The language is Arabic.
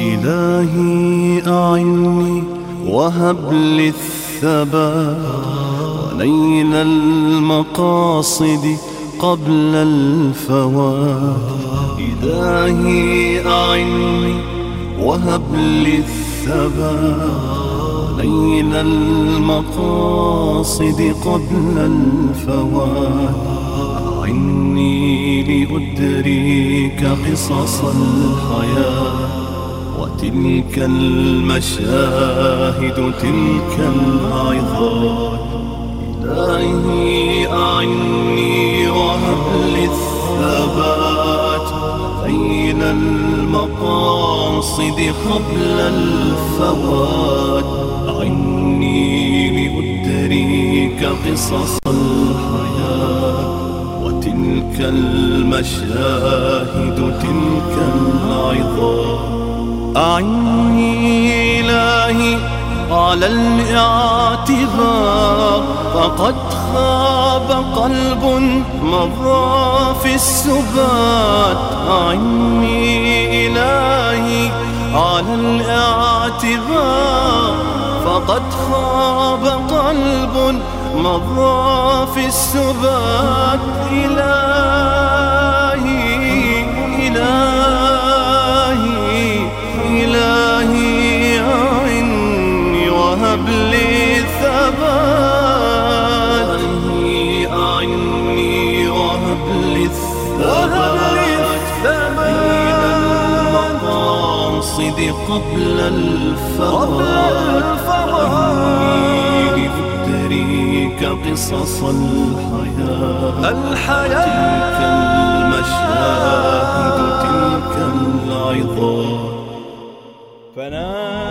إلهي أعني وهب لي الثبات ونيل المقاصد قبل الفوات. إلهي أعني وهب لي الثبات ونيل المقاصد قبل الفوات. أعني لأدرك قصص الحياة وتلك المشاهد تلك العظات. إلهي أعني وهب لي الثبات بين المقاصد قبل الفوات. أعني لأدرك قصص الحياة وتلك المشاهد تلك العظات. أعني إلهي على الاعتبار فقد خاب قلب مضى في السبات. أعني إلهي على الاعتبار فقد خاب قلب مضى في السبات. إلهي إلهي إلهي أعني وهب لي الثبات. إلهي أعني وهب لي الثبات بين المقاصد قبل الفوات. أعني لأدرك قصص الحياة تلك المشاهد تلك العظات.